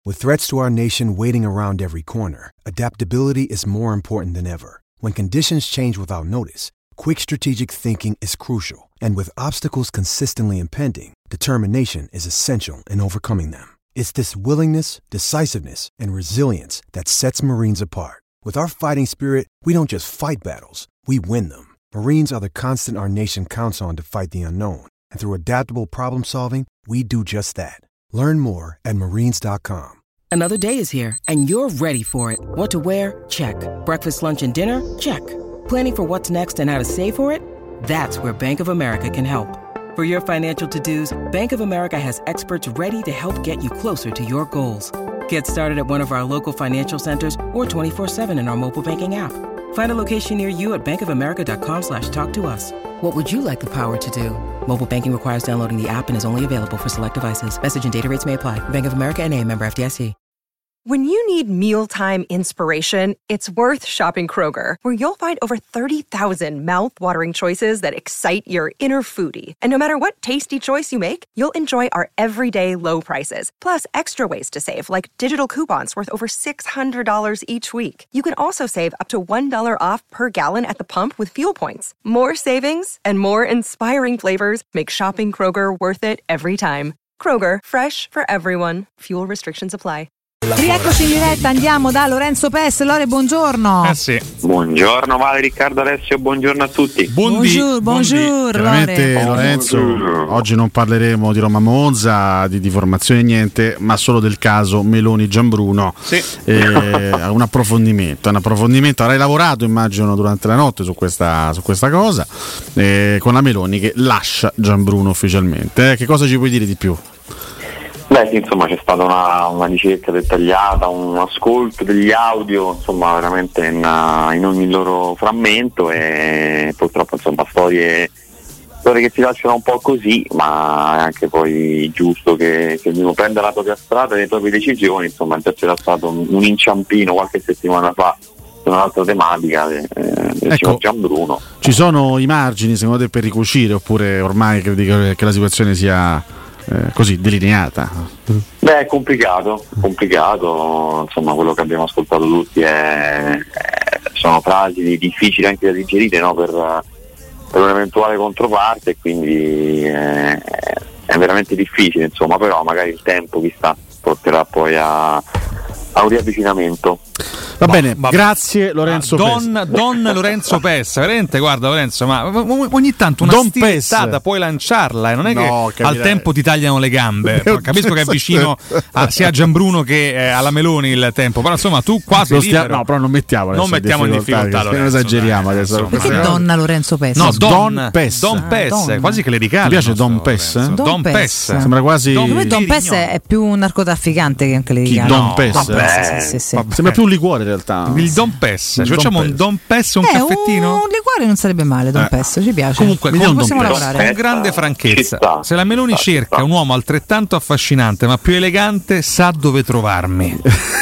With threats to our nation waiting around every corner, adaptability is more important than ever. When conditions change without notice, quick strategic thinking is crucial. And with obstacles consistently impending, determination is essential in overcoming them. It's this willingness, decisiveness, and resilience that sets Marines apart. With our fighting spirit, we don't just fight battles, we win them. Marines are the constant our nation counts on to fight the unknown. And through adaptable problem solving, we do just that. Learn more at marines.com. Another day is here, and you're ready for it. What to wear? Check. Breakfast, lunch, and dinner? Check. Planning for what's next and how to save for it? That's where Bank of America can help. For your financial to-dos, Bank of America has experts ready to help get you closer to your goals. Get started at one of our local financial centers or 24/7 in our mobile banking app. Find a location near you at bankofamerica.com/talktous. What would you like the power to do? Mobile banking requires downloading the app and is only available for select devices. Message and data rates may apply. Bank of America NA, member FDIC. When you need mealtime inspiration, it's worth shopping Kroger, where you'll find over 30,000 mouth-watering choices that excite your inner foodie. And no matter what tasty choice you make, you'll enjoy our everyday low prices, plus extra ways to save, like digital coupons worth over $600 each week. You can also save up to $1 off per gallon at the pump with fuel points. More savings and more inspiring flavors make shopping Kroger worth it every time. Kroger, fresh for everyone. Fuel restrictions apply. Rieccoci in diretta, andiamo da Lorenzo Pes. Lore, buongiorno. Sì. Buongiorno Vale, Riccardo, Alessio, buongiorno a tutti. Buongiorno. Chiaramente Lorenzo, oggi non parleremo di Roma Monza, di formazione niente, ma solo del caso Meloni Gianbruno. Sì. Un approfondimento. Avrai lavorato, immagino, durante la notte su questa cosa, con la Meloni che lascia Gianbruno ufficialmente. Che cosa ci puoi dire di più? Beh sì, insomma c'è stata una ricerca dettagliata, un ascolto degli audio, insomma veramente in ogni loro frammento, e purtroppo insomma storie che si lasciano un po' così, ma è anche poi giusto che ognuno prenda la propria strada e le proprie decisioni. Insomma già c'era stato un inciampino qualche settimana fa su un'altra tematica del Gianbruno. Ci sono i margini secondo te per ricucire, oppure ormai credi che la situazione sia così delineata? Beh, è complicato, insomma quello che abbiamo ascoltato tutti sono frasi difficili anche da digerire, no? per un'eventuale controparte, e quindi è veramente difficile, insomma, però magari il tempo, chissà, porterà poi a un riavvicinamento. Va bene, grazie Lorenzo Pes. Don Lorenzo Pes, veramente, guarda Lorenzo, ma ogni tanto una stilettata puoi lanciarla, non è che al tempo ti tagliano le gambe. Capisco che è vicino sia a Gianbruno che alla Meloni il tempo, però insomma tu quasi no, però non mettiamo in difficoltà Lorenzo, non esageriamo adesso. Perché Donna Lorenzo Pes? No, Don Pes, quasi che le ricali. Ti piace Don Pes? Don Pes. Sembra quasi Don Pes è più un narcotrafficante che anche le ricali. Don Pes? Sì. Sembra più un liquore in realtà. Il Don Pes, facciamo un Don Pes, un caffettino? Un liquore non sarebbe male, Don Pes, ci piace. Comunque possiamo lavorare. Con grande franchezza, se la Meloni cerca un uomo altrettanto affascinante ma più elegante, sa dove trovarmi.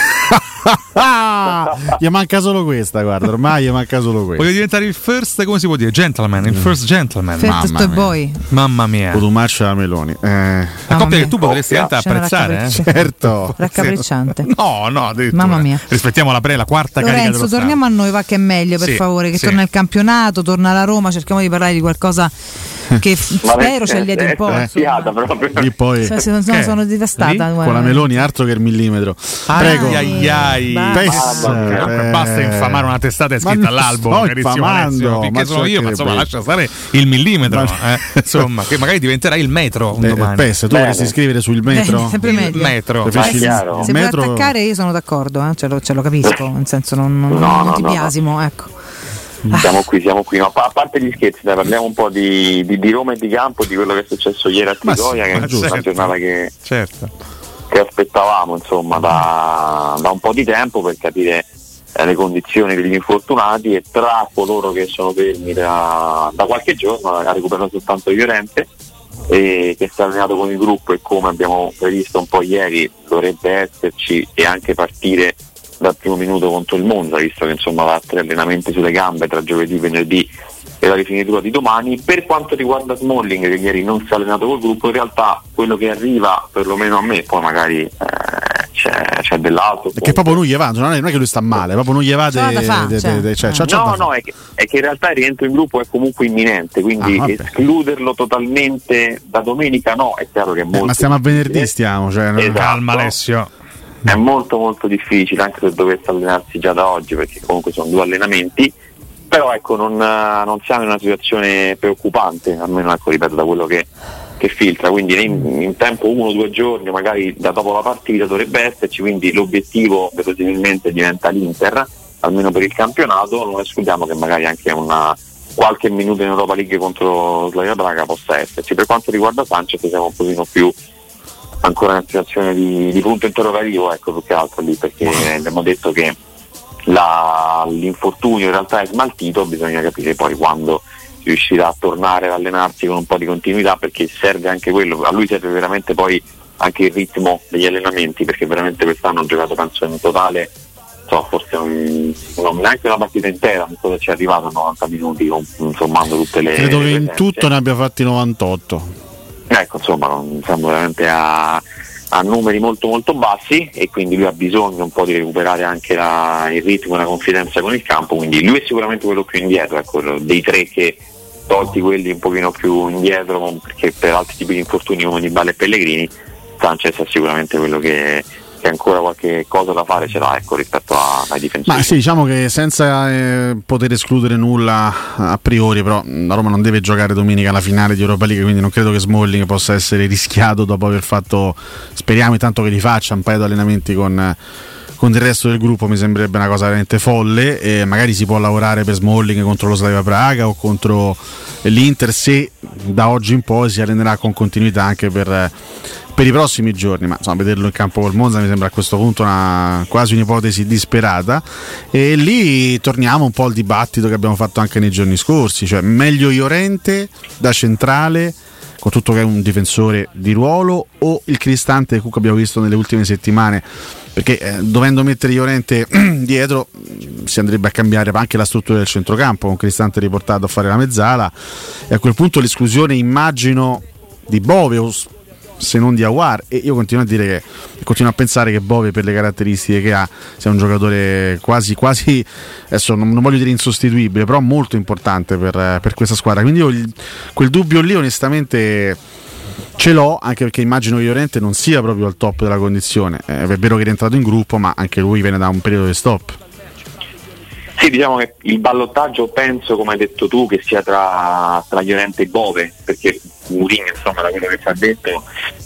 Gli manca solo questa, guarda, ormai gli manca solo questa. Voglio diventare il first, come si può dire? Gentleman, il first gentleman. First boy. Mamma mia. Cotumaccio alla Meloni. La coppia che tu potresti apprezzare, certo. Raccapricciante. No, mamma mia. Rispettiamo la quarta Lorenzo, carica dello torniamo a noi, va che è meglio, per favore, che torna il campionato, torna la Roma, cerchiamo di parlare di qualcosa che spero ci allieti un po'. Lì poi sono devastata. Con la Meloni altro che il millimetro. Prego. Basta infamare una testata scritta all'albo, carissimo Alessio, finché sono io, ma insomma lascia stare il millimetro, insomma, che magari diventerà il metro un domani. Tu vorresti scrivere sul metro? Sempre meglio. Il metro. Se vuoi attaccare io sono d'accordo, ce lo capisco, nel senso non ti biasimo, ecco. Siamo qui. No, a parte gli scherzi, parliamo un po' di Roma e di campo, di quello che è successo ieri a Trigoria, che è una giornata che aspettavamo, insomma, da un po' di tempo, per capire le condizioni degli infortunati, e tra coloro che sono fermi da qualche giorno, ha recuperato soltanto Llorente, e che sta allenato con il gruppo, e come abbiamo previsto un po' ieri dovrebbe esserci e anche partire dal primo minuto contro il Monza, visto che insomma va a 3 allenamenti sulle gambe tra giovedì, venerdì e la rifinitura di domani. Per quanto riguarda Smalling, che ieri non si è allenato col gruppo, in realtà quello che arriva, perlomeno a me, poi magari c'è c'è dell'altro. Perché proprio non gli va, non è che lui sta male, proprio non gli va no, è che in realtà il rientro in gruppo è comunque imminente, quindi escluderlo totalmente da domenica no, è chiaro che è molto ma stiamo a venerdì, stiamo, esatto. Calma Alessio. È molto molto difficile, anche se dovesse allenarsi già da oggi, perché comunque sono 2 allenamenti, però ecco non siamo in una situazione preoccupante, almeno ecco, ripeto, da quello che filtra, quindi in tempo 1 o 2 giorni, magari da dopo la partita dovrebbe esserci, quindi l'obiettivo verosimilmente diventa l'Inter, almeno per il campionato. Non escludiamo che magari anche qualche minuto in Europa League contro Slavia Praga possa esserci. Per quanto riguarda Sanchez siamo un pochino più ancora in una situazione di punto interrogativo, ecco, più che altro lì, perché abbiamo detto che l'infortunio in realtà è smaltito, bisogna capire poi quando riuscirà a tornare ad allenarsi con un po' di continuità, perché serve anche quello, a lui serve veramente poi anche il ritmo degli allenamenti, perché veramente quest'anno ha giocato penso in totale forse non neanche una partita intera, non so se ci è arrivato a 90 minuti sommando tutte le credo che in tutto ne abbia fatti 98, ecco, insomma siamo veramente a numeri molto molto bassi, e quindi lui ha bisogno un po' di recuperare anche il ritmo e la confidenza con il campo, quindi lui è sicuramente quello più indietro, ecco, dei 3 che tolti quelli un pochino più indietro, perché per altri tipi di infortuni come Dybala e Pellegrini, Sanchez è sicuramente quello che ancora qualche cosa da fare ce l'ha, ecco, rispetto ai difensori. Ma sì, diciamo che senza poter escludere nulla a priori, però la Roma non deve giocare domenica la finale di Europa League, quindi non credo che Smalling possa essere rischiato dopo aver fatto, speriamo intanto che li faccia un paio di allenamenti con il resto del gruppo. Mi sembrerebbe una cosa veramente folle, e magari si può lavorare per Smalling contro lo Slavia Praga o contro l'Inter, se da oggi in poi si allenerà con continuità anche per i prossimi giorni, ma insomma vederlo in campo col Monza mi sembra a questo punto quasi un'ipotesi disperata. E lì torniamo un po' al dibattito che abbiamo fatto anche nei giorni scorsi, cioè meglio Llorente da centrale, con tutto che è un difensore di ruolo, o il Cristante che comunque abbiamo visto nelle ultime settimane, perché dovendo mettere Llorente dietro si andrebbe a cambiare anche la struttura del centrocampo, con Cristante riportato a fare la mezzala, e a quel punto l'esclusione immagino di Bove, se non di Aouar, e io continuo a pensare che Bove, per le caratteristiche che ha, sia un giocatore quasi adesso non voglio dire insostituibile, però molto importante per questa squadra, quindi io quel dubbio lì onestamente ce l'ho, anche perché immagino che Llorente non sia proprio al top della condizione. È vero che è rientrato in gruppo, ma anche lui viene da un periodo di stop. Sì, diciamo che il ballottaggio penso, come hai detto tu, che sia tra Llorente e Bove, perché Mourinho, insomma, da quello che ci ha detto,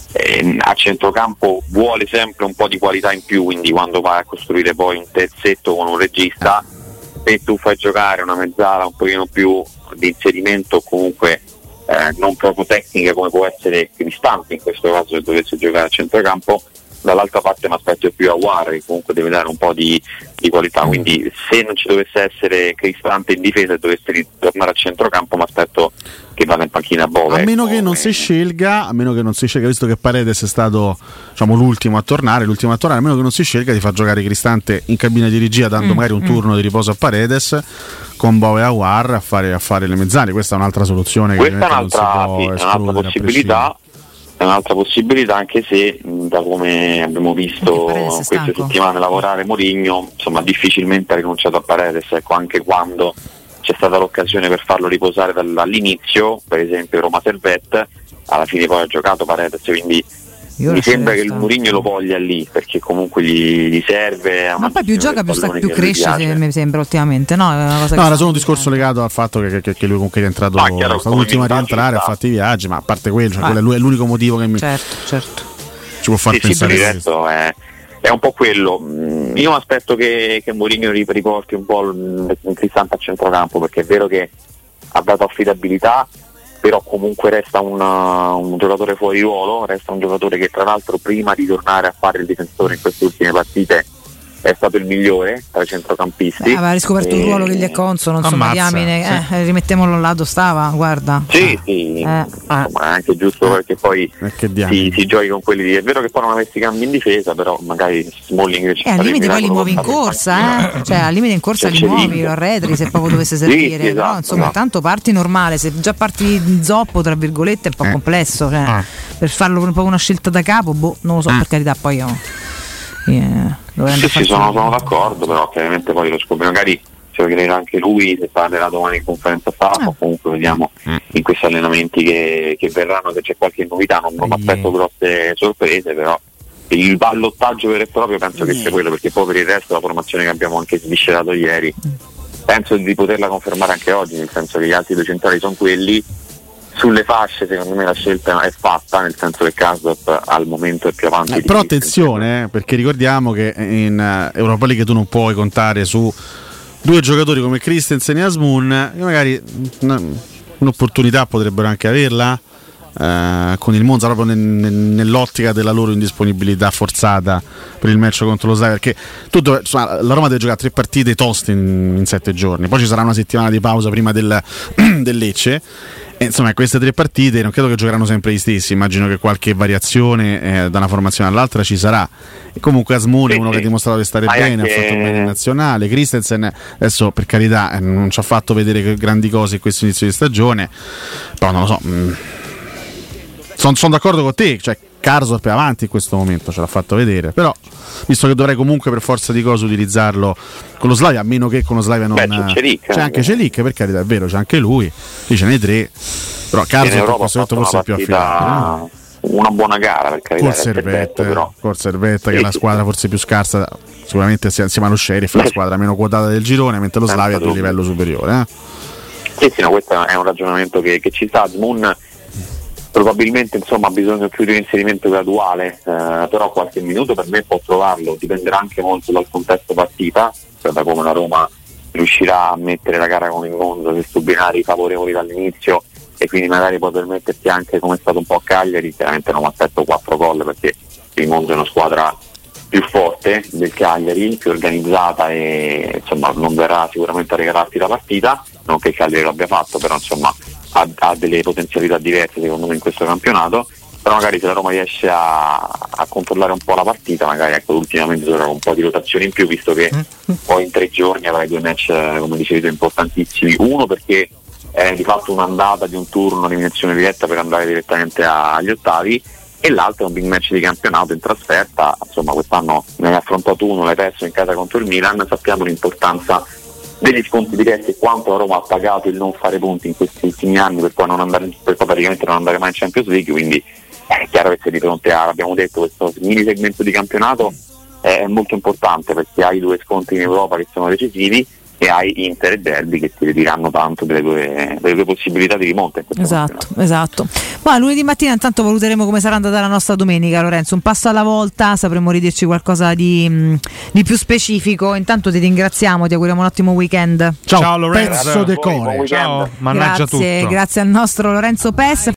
a centrocampo vuole sempre un po' di qualità in più, quindi quando vai a costruire poi un terzetto con un regista, se tu fai giocare una mezzala un pochino più di inserimento, comunque non proprio tecnica come può essere Cristante in questo caso, se dovesse giocare a centrocampo, dall'altra parte mi aspetto più Aouar, che comunque deve dare un po' di qualità, quindi se non ci dovesse essere Cristante in difesa e dovesse ritornare a centrocampo mi aspetto che vada in panchina Bove, a meno che non si scelga, visto che Paredes è stato, diciamo, l'ultimo a tornare, a meno che non si scelga di far giocare Cristante in cabina di regia, dando magari un turno di riposo a Paredes, con Bove e Aouar a fare le mezzane. Questa è un'altra soluzione, questa è un'altra possibilità. È un'altra possibilità, anche se da come abbiamo visto queste settimane lavorare Mourinho, insomma, difficilmente ha rinunciato a Paredes, ecco, anche quando c'è stata l'occasione per farlo riposare dall'inizio, per esempio Roma Servette, alla fine poi ha giocato Paredes, quindi mi sembra che il Mourinho lo voglia lì, perché comunque gli serve. Ma poi più gioca più cresce, mi sembra ultimamente, no? Era solo un discorso legato al fatto che lui comunque è rientrato, è stato l'ultimo a rientrare, ha fatto i viaggi, ma a parte quello, quello è l'unico motivo che certo. ci può far pensare. Sì, questo è un po' quello. Io mi aspetto che Mourinho riporti un po' il Cristante a centrocampo, perché è vero che ha dato affidabilità, però comunque resta un giocatore fuori ruolo, resta un giocatore che tra l'altro prima di tornare a fare il difensore in queste ultime partite è stato il migliore tra i centrocampisti. Aveva riscoperto un ruolo che gli è consono, insomma, Diamine, rimettiamolo là dove stava, guarda. Sì. Insomma, è anche giusto perché poi si giochi con quelli lì. È vero che poi non avessi cambi in difesa, però magari Smalling al limite poi li muovi in corsa, cioè al limite in corsa li muovi, lo arretri se proprio dovesse servire, esatto, però insomma tanto parti normale, se già parti di zoppo tra virgolette è un po' complesso, cioè, per farlo un po' una scelta da capo, non lo so, per carità, poi Sì, sono d'accordo, però chiaramente poi lo scopre, magari se lo chiederà anche lui, se parlerà domani in conferenza stampa, o comunque vediamo in questi allenamenti che verranno, se c'è qualche novità. Non mi aspetto grosse sorprese, però il ballottaggio vero e proprio penso che sia quello, perché poi per il resto la formazione che abbiamo anche sviscerato ieri penso di poterla confermare anche oggi, nel senso che gli altri due centrali sono quelli. Sulle fasce secondo me la scelta è fatta, nel senso che Karsdorp al momento è più avanti però attenzione, perché ricordiamo che in Europa League tu non puoi contare su due giocatori come Christensen e Asmun, che magari un'opportunità potrebbero anche averla con il Monza, proprio nell'ottica della loro indisponibilità forzata per il match contro lo Slavia, perché la Roma deve giocare 3 partite toste in 7 giorni, poi ci sarà una settimana di pausa prima del Lecce. E insomma, queste 3 partite non credo che giocheranno sempre gli stessi, immagino che qualche variazione da una formazione all'altra ci sarà. E comunque Asmun è uno che ha dimostrato di stare bene, ha fatto bene in nazionale. Christensen adesso, per carità, non ci ha fatto vedere grandi cose in questo inizio di stagione, però non lo so, sono d'accordo con te, cioè Karsdorp è avanti in questo momento, ce l'ha fatto vedere, però visto che dovrei comunque per forza di cose utilizzarlo con lo Slavia, a meno che con lo Slavia non c'è anche Celic, per carità, è vero, c'è anche lui, lì ce n'è 3, però Karsdorp forse è più affidabile, una buona gara, per carità, col Servette che è la squadra forse più scarsa sicuramente insieme allo Sheriff, la squadra meno quotata del girone, mentre lo Slavia è di un livello superiore. Sì, no, questo è un ragionamento che ci sta. Asmun probabilmente ha bisogno più di un inserimento graduale, però qualche minuto per me può trovarlo, dipenderà anche molto dal contesto partita, cioè da come la Roma riuscirà a mettere la gara con il Monza su binari favorevoli dall'inizio, e quindi magari può permettersi anche, come è stato un po' a Cagliari. Chiaramente non mi aspetto 4 gol, perché il Monza è una squadra più forte del Cagliari, più organizzata, e non verrà sicuramente a regalarti la partita, non che il Cagliari l'abbia fatto, però ha delle potenzialità diverse secondo me in questo campionato. Però magari se la Roma riesce a controllare un po' la partita, magari ultimamente sarà un po' di rotazione in più, visto che poi in 3 giorni avrai 2 match, come dicevi tu, importantissimi. Uno perché è di fatto un'andata di un turno eliminazione diretta per andare direttamente agli ottavi, e l'altro è un big match di campionato in trasferta. Quest'anno ne hai affrontato uno, l'hai perso in casa contro il Milan. Sappiamo l'importanza degli sconti diretti e quanto la Roma ha pagato il non fare punti in questi ultimi anni per poi praticamente non andare mai in Champions League, quindi è chiaro che sei di fronte abbiamo detto, questo mini segmento di campionato è molto importante, perché hai 2 scontri in Europa che sono decisivi, e hai Inter e Derby che ti ritiranno tanto delle tue possibilità di rimonta. Esatto. Ma lunedì mattina intanto valuteremo come sarà andata la nostra domenica, Lorenzo, un passo alla volta, sapremo ridirci qualcosa di più specifico. Intanto ti ringraziamo, ti auguriamo un ottimo weekend. Ciao Lorenzo, pezzo de core. Ciao, mannaggia tutto. Grazie al nostro Lorenzo Pes.